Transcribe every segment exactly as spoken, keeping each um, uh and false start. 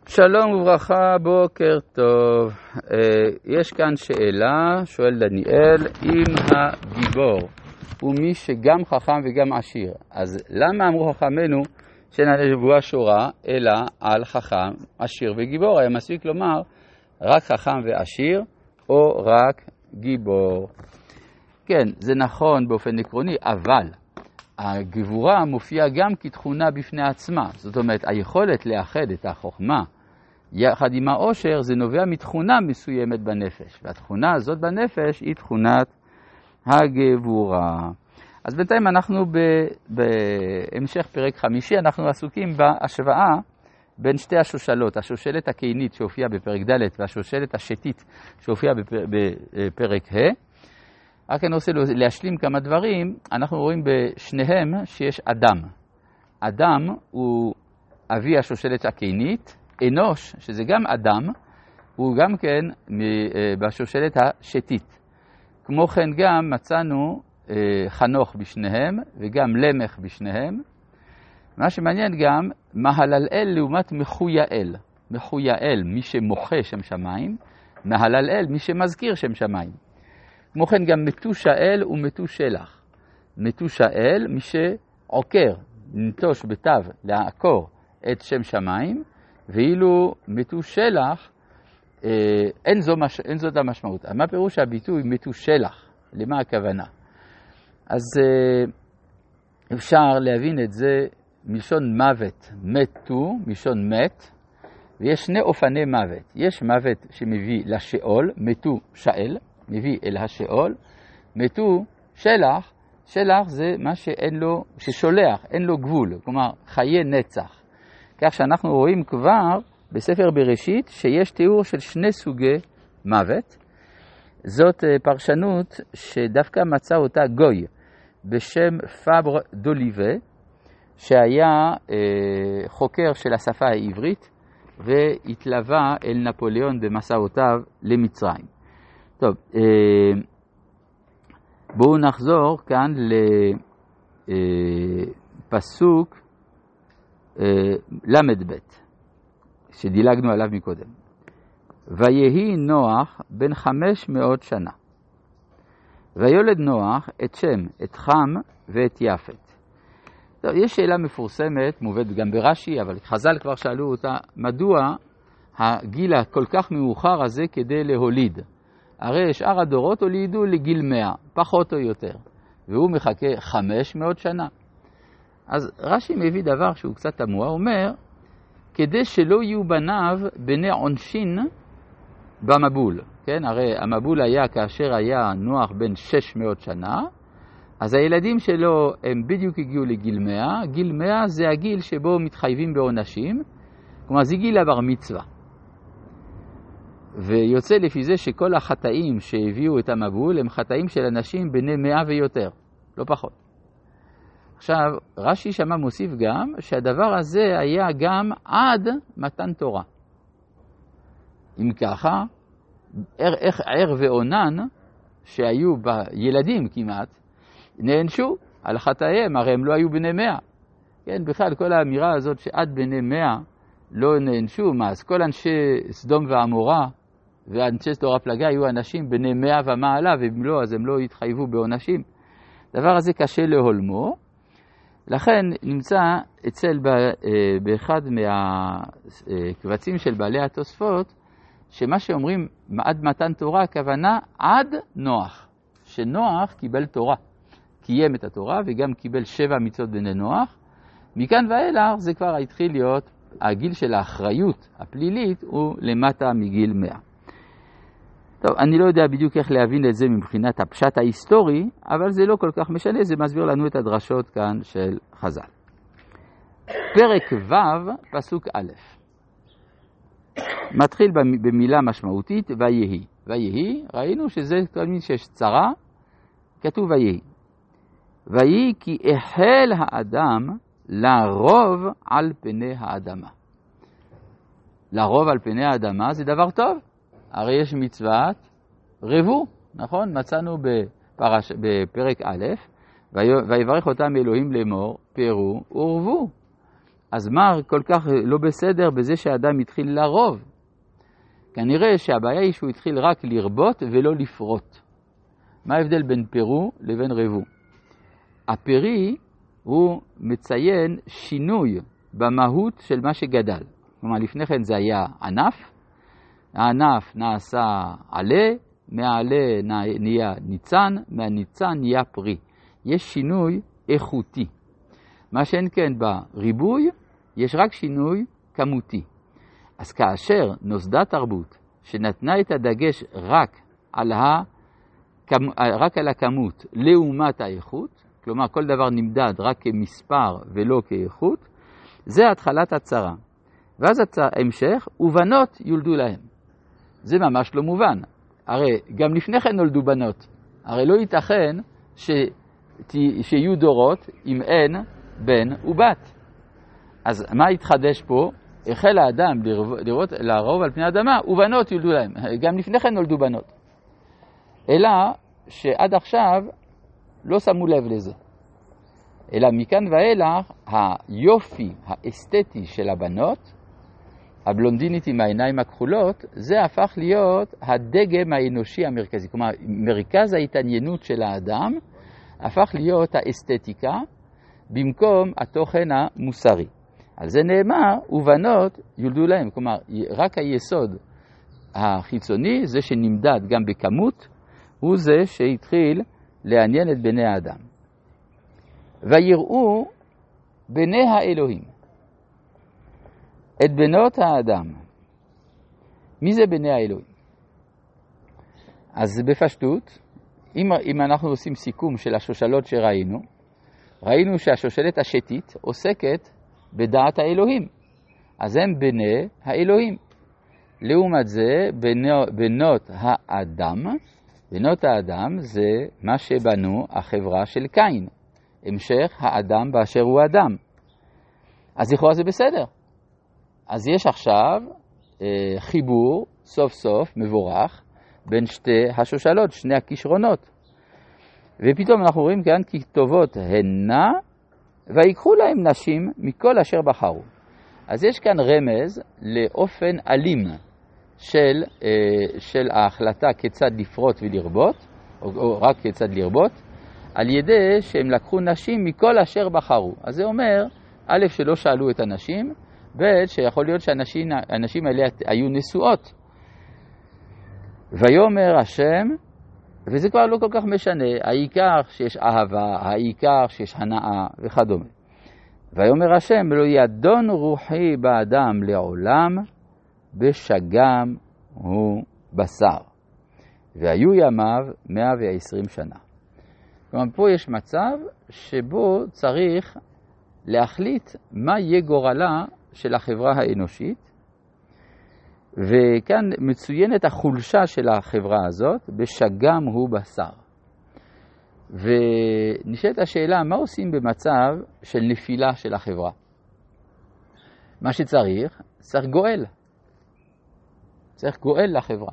שלום וברכה, בוקר טוב. יש כאן שאלה, שואל דניאל, אם הגיבור הוא מי שגם חכם וגם עשיר, אז למה אמרו חכמנו שאין על נבואה שורה, אלא על חכם, עשיר וגיבור? היה מספיק לומר רק חכם ועשיר, או רק גיבור. כן, זה נכון באופן עקרוני, אבל הגבורה מופיעה גם כתכונה בפני עצמה. זאת אומרת, היכולת לאחד את החוכמה יחד עם העושר, זה נובע מתכונה מסוימת בנפש. והתכונה הזאת בנפש היא תכונת הגבורה. אז בינתיים אנחנו בהמשך פרק חמישי, אנחנו עסוקים בהשוואה בין שתי השושלות. השושלת הקיינית שהופיעה בפרק ד' והשושלת השתית שהופיעה בפרק ה'. רק אני רוצה להשלים כמה דברים. אנחנו רואים בשניהם שיש אדם. אדם הוא אבי השושלת הקיינית, אנוש, שזה גם אדם, הוא גם כן בשושלת השתית. כמו כן גם מצאנו חנוך בשניהם וגם למך בשניהם. מה שמעניין גם, מהללאל לעומת מחויאל. מחויאל, מי שמוחה שם שמיים, מהללאל, מי שמזכיר שם שמיים. כמו כן גם מתושאל ומתושלח. מתושאל, מי שעוקר, ננטוש בתו, לעקור את שם שמיים, ואילו מתושלח, אה, אין, זו מש... אין זאת המשמעות. מה פירוש הביטוי מתושלח? למה הכוונה? אז אה, אפשר להבין את זה מלשון מוות, מתו, מלשון מת, ויש שני אופני מוות. יש מוות שמביא לשאול, מתו שאל, מביא אל השאול, מתו שלח, שלח זה מה שאין לו, ששולח, אין לו גבול, כלומר חיי נצח. כך שאנחנו רואים כבר בספר בראשית שיש תיאור של שני סוגי מוות. זאת פרשנות שדווקא מצא אותה גוי בשם פאבר דוליבה, שהיה אה, חוקר של השפה העברית והתלווה אל נפוליאון במסעותיו למצרים. טוב, אה, בואו נחזור כאן לפסוק אה, למד בית, שדילגנו עליו מקודם. ויהי נוח בן חמש מאות שנה. ויולד נוח את שם, את חם ואת יפת. טוב, יש שאלה מפורסמת, מובאת גם ברש"י, אבל חז"ל כבר שאלו אותה, מדוע הגיל הכל כך מאוחר הזה כדי להוליד? הרי שאר הדורות הולידו לגיל מאה, פחות או יותר, והוא מחכה חמש מאות שנה. אז רש"י מביא דבר שהוא קצת תמוה, אומר, כדי שלא יהיו בניו בני עונשין במבול. כן, הרי המבול היה כאשר היה נוח בן שש מאות שנה, אז הילדים שלו הם בדיוק הגיעו לגיל מאה, גיל מאה זה הגיל שבו מתחייבים בעונשים, כלומר זה גיל הבר מצווה. ויוצא לפי זה שכל החטאים שהביאו את המבול הם חטאים של אנשים בני מאה ויותר, לא פחות. עכשיו, רש"י שמה מוסיף גם שהדבר הזה היה גם עד מתן תורה. אם ככה, איך ער ועונן שהיו בילדים כמעט, נענשו על חטאיהם, הרי הם לא היו בני מאה. כן, בכלל כל האמירה הזאת שעד בני מאה לא נענשו, מה, אז כל אנשי סדום ועמורה ואנשי תורה פלגה היו אנשים בני מאה ומעלה, ואם לא, אז הם לא התחייבו בעונשים. דבר הזה קשה להולמו, לכן נמצא אצל באחד מהקבצים של בעלי התוספות, שמה שאומרים עד מתן תורה, הכוונה עד נוח, שנוח קיבל תורה, קיים את התורה וגם קיבל שבע מצוות בני נוח. מכאן ואילך זה כבר התחיל להיות, הגיל של האחריות הפלילית הוא למטה מגיל מאה. טוב, אני לא יודע בדיוק איך להבין את זה מבחינת הפשט ההיסטורי, אבל זה לא כל כך משנה, זה מסביר לנו את הדרשות כאן של חז"ל. פרק ו' פסוק א', מתחיל במילה משמעותית, ויהי. ויהי, ראינו שזה תמיד שיש צרה, כתוב ויהי. ויהי כי החל האדם לרוב על פני האדמה. לרוב על פני האדמה זה דבר טוב. הרי יש מצוות רבו, נכון? מצאנו בפרש, בפרק א', ויברך אותם אלוהים לאמור, פרו ורבו. אז מה כל כך לא בסדר בזה שהאדם התחיל לרוב? כנראה שהבעיה היא שהוא התחיל רק לרבות ולא לפרוט. מה ההבדל בין פירו לבין רבו? הפרי הוא מציין שינוי במהות של מה שגדל. כלומר, לפני כן זה היה ענף, הענף נעשה עלה, מהעלה נהיה ניצן, מהניצן נהיה פרי. יש שינוי איכותי. מה שאין כן בריבוי, יש רק שינוי כמותי. אז כאשר נוסדה תרבות שנתנה את הדגש רק על, ה, רק על הכמות לעומת האיכות, כלומר כל דבר נמדד רק כמספר ולא כאיכות, זה התחלת הצרה. ואז ההמשך, ובנות יולדו להם. זה ממש לא מובן. הרי גם לפני כן נולדו בנות. הרי לא ייתכן ש... שיהיו דורות אם אין בן ובת. אז מה התחדש פה? החל האדם לראות, לרוב על פני האדמה, ובנות יולדו להם. גם לפני כן נולדו בנות. אלא שעד עכשיו לא שמו לב לזה. אלא מכאן ואילך, היופי האסתטי של הבנות, הבלונדינית עם העיניים הכחולות, זה הפך להיות הדגם האנושי המרכזי. כלומר, מרכז ההתעניינות של האדם הפך להיות האסתטיקה במקום התוכן המוסרי. על זה נאמר, ובנות יולדו להם. כלומר, רק היסוד החיצוני, זה שנמדד גם בכמות, הוא זה שהתחיל לעניין את בני האדם. ויראו בני האלוהים את בנות האדם. מי זה בני האלוהים? אז בפשטות, אם, אם אנחנו עושים סיכום של השושלות שראינו, ראינו שהשושלת השתית עוסקת בדעת האלוהים. אז הם בני האלוהים. לעומת זה, בנו, בנות האדם, בנות האדם זה מה שבנו החברה של קין. המשך האדם באשר הוא אדם. אז לכאורה זה בסדר. אז יש עכשיו אה, חיבור סוף סוף מבורך בין שתי השושלות, שני הכישרונות. ופתאום אנחנו רואים כאן כי טובות הנה ויקחו להם נשים מכל אשר בחרו. אז יש כאן רמז לאופן אלים של, אה, של ההחלטה כיצד לפרוט ולרבות, או, או רק כיצד לרבות, על ידי שהם לקחו נשים מכל אשר בחרו. אז זה אומר, א', שלא שאלו את הנשים, ב', שיכול להיות שהנשים האלה היו נשואות. ויאמר השם, וזה כבר לא כל כך משנה, העיקר שיש אהבה, העיקר שיש הנאה וכדומה. ויאמר השם, לא ידון רוחי באדם לעולם, בשגם הוא בשר. והיו ימיו מאה ועשרים שנה. כלומר, פה יש מצב שבו צריך להחליט מה יהיה גורלה של החברה האנושית, וכאן מצוינת החולשה של החברה הזאת, בשגם הוא בשר. ונשאלת השאלה, מה עושים במצב של נפילה של החברה? מה שצריך, צריך גואל. צריך גואל לחברה.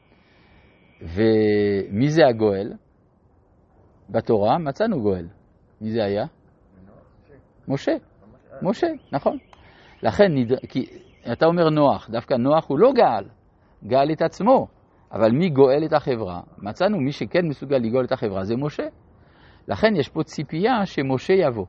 ומי זה הגואל? בתורה מצאנו גואל. מי זה היה? משה. משה, נכון. לכן, כי אתה אומר נוח, דווקא נוח הוא לא גאל, גאל את עצמו. אבל מי גואל את החברה? מצאנו מי שכן מסוגל לגאול את החברה, זה משה. לכן יש פה ציפייה שמשה יבוא.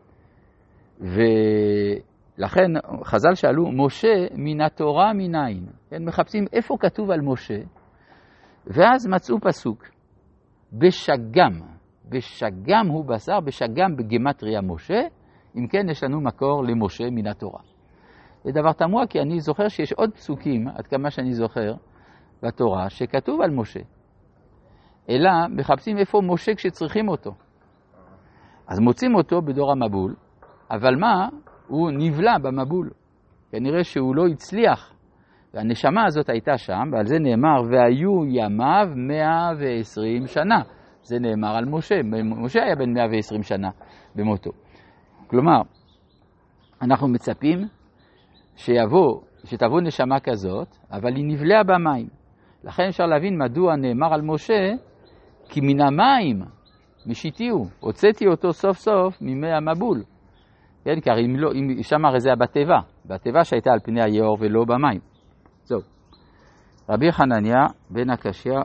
ולכן חז"ל שאלו, משה מן התורה מנין? כן, מחפשים איפה כתוב על משה, ואז מצאו פסוק, בשגם. בשגם הוא בשר, בשגם בגמטריה משה, אם כן יש לנו מקור למשה מן התורה. זה דבר תמוה, כי אני זוכר שיש עוד פסוקים, עד כמה שאני זוכר, בתורה, שכתוב על משה. אלא מחפשים איפה משה כשצריכים אותו. אז מוצאים אותו בדור המבול, אבל מה? הוא נבלע במבול. כנראה שהוא לא הצליח. והנשמה הזאת הייתה שם, ועל זה נאמר, והיו ימיו מאה ועשרים שנה. זה נאמר על משה. משה היה בן מאה ועשרים שנה במותו. כלומר, אנחנו מצפים שיבוא, שתבוא נשמה כזאת, אבל היא נבלעה במים. לכן אפשר להבין מדוע נאמר על משה, כי מן המים משיתיהו, הוצאתי אותו סוף סוף ממי המבול. כן, כי הרי אם לא, אם שם הרי זה היה בתיבה, בתיבה שהייתה על פני היאור ולא במים. זהו. רבי חנניה בן הקשיא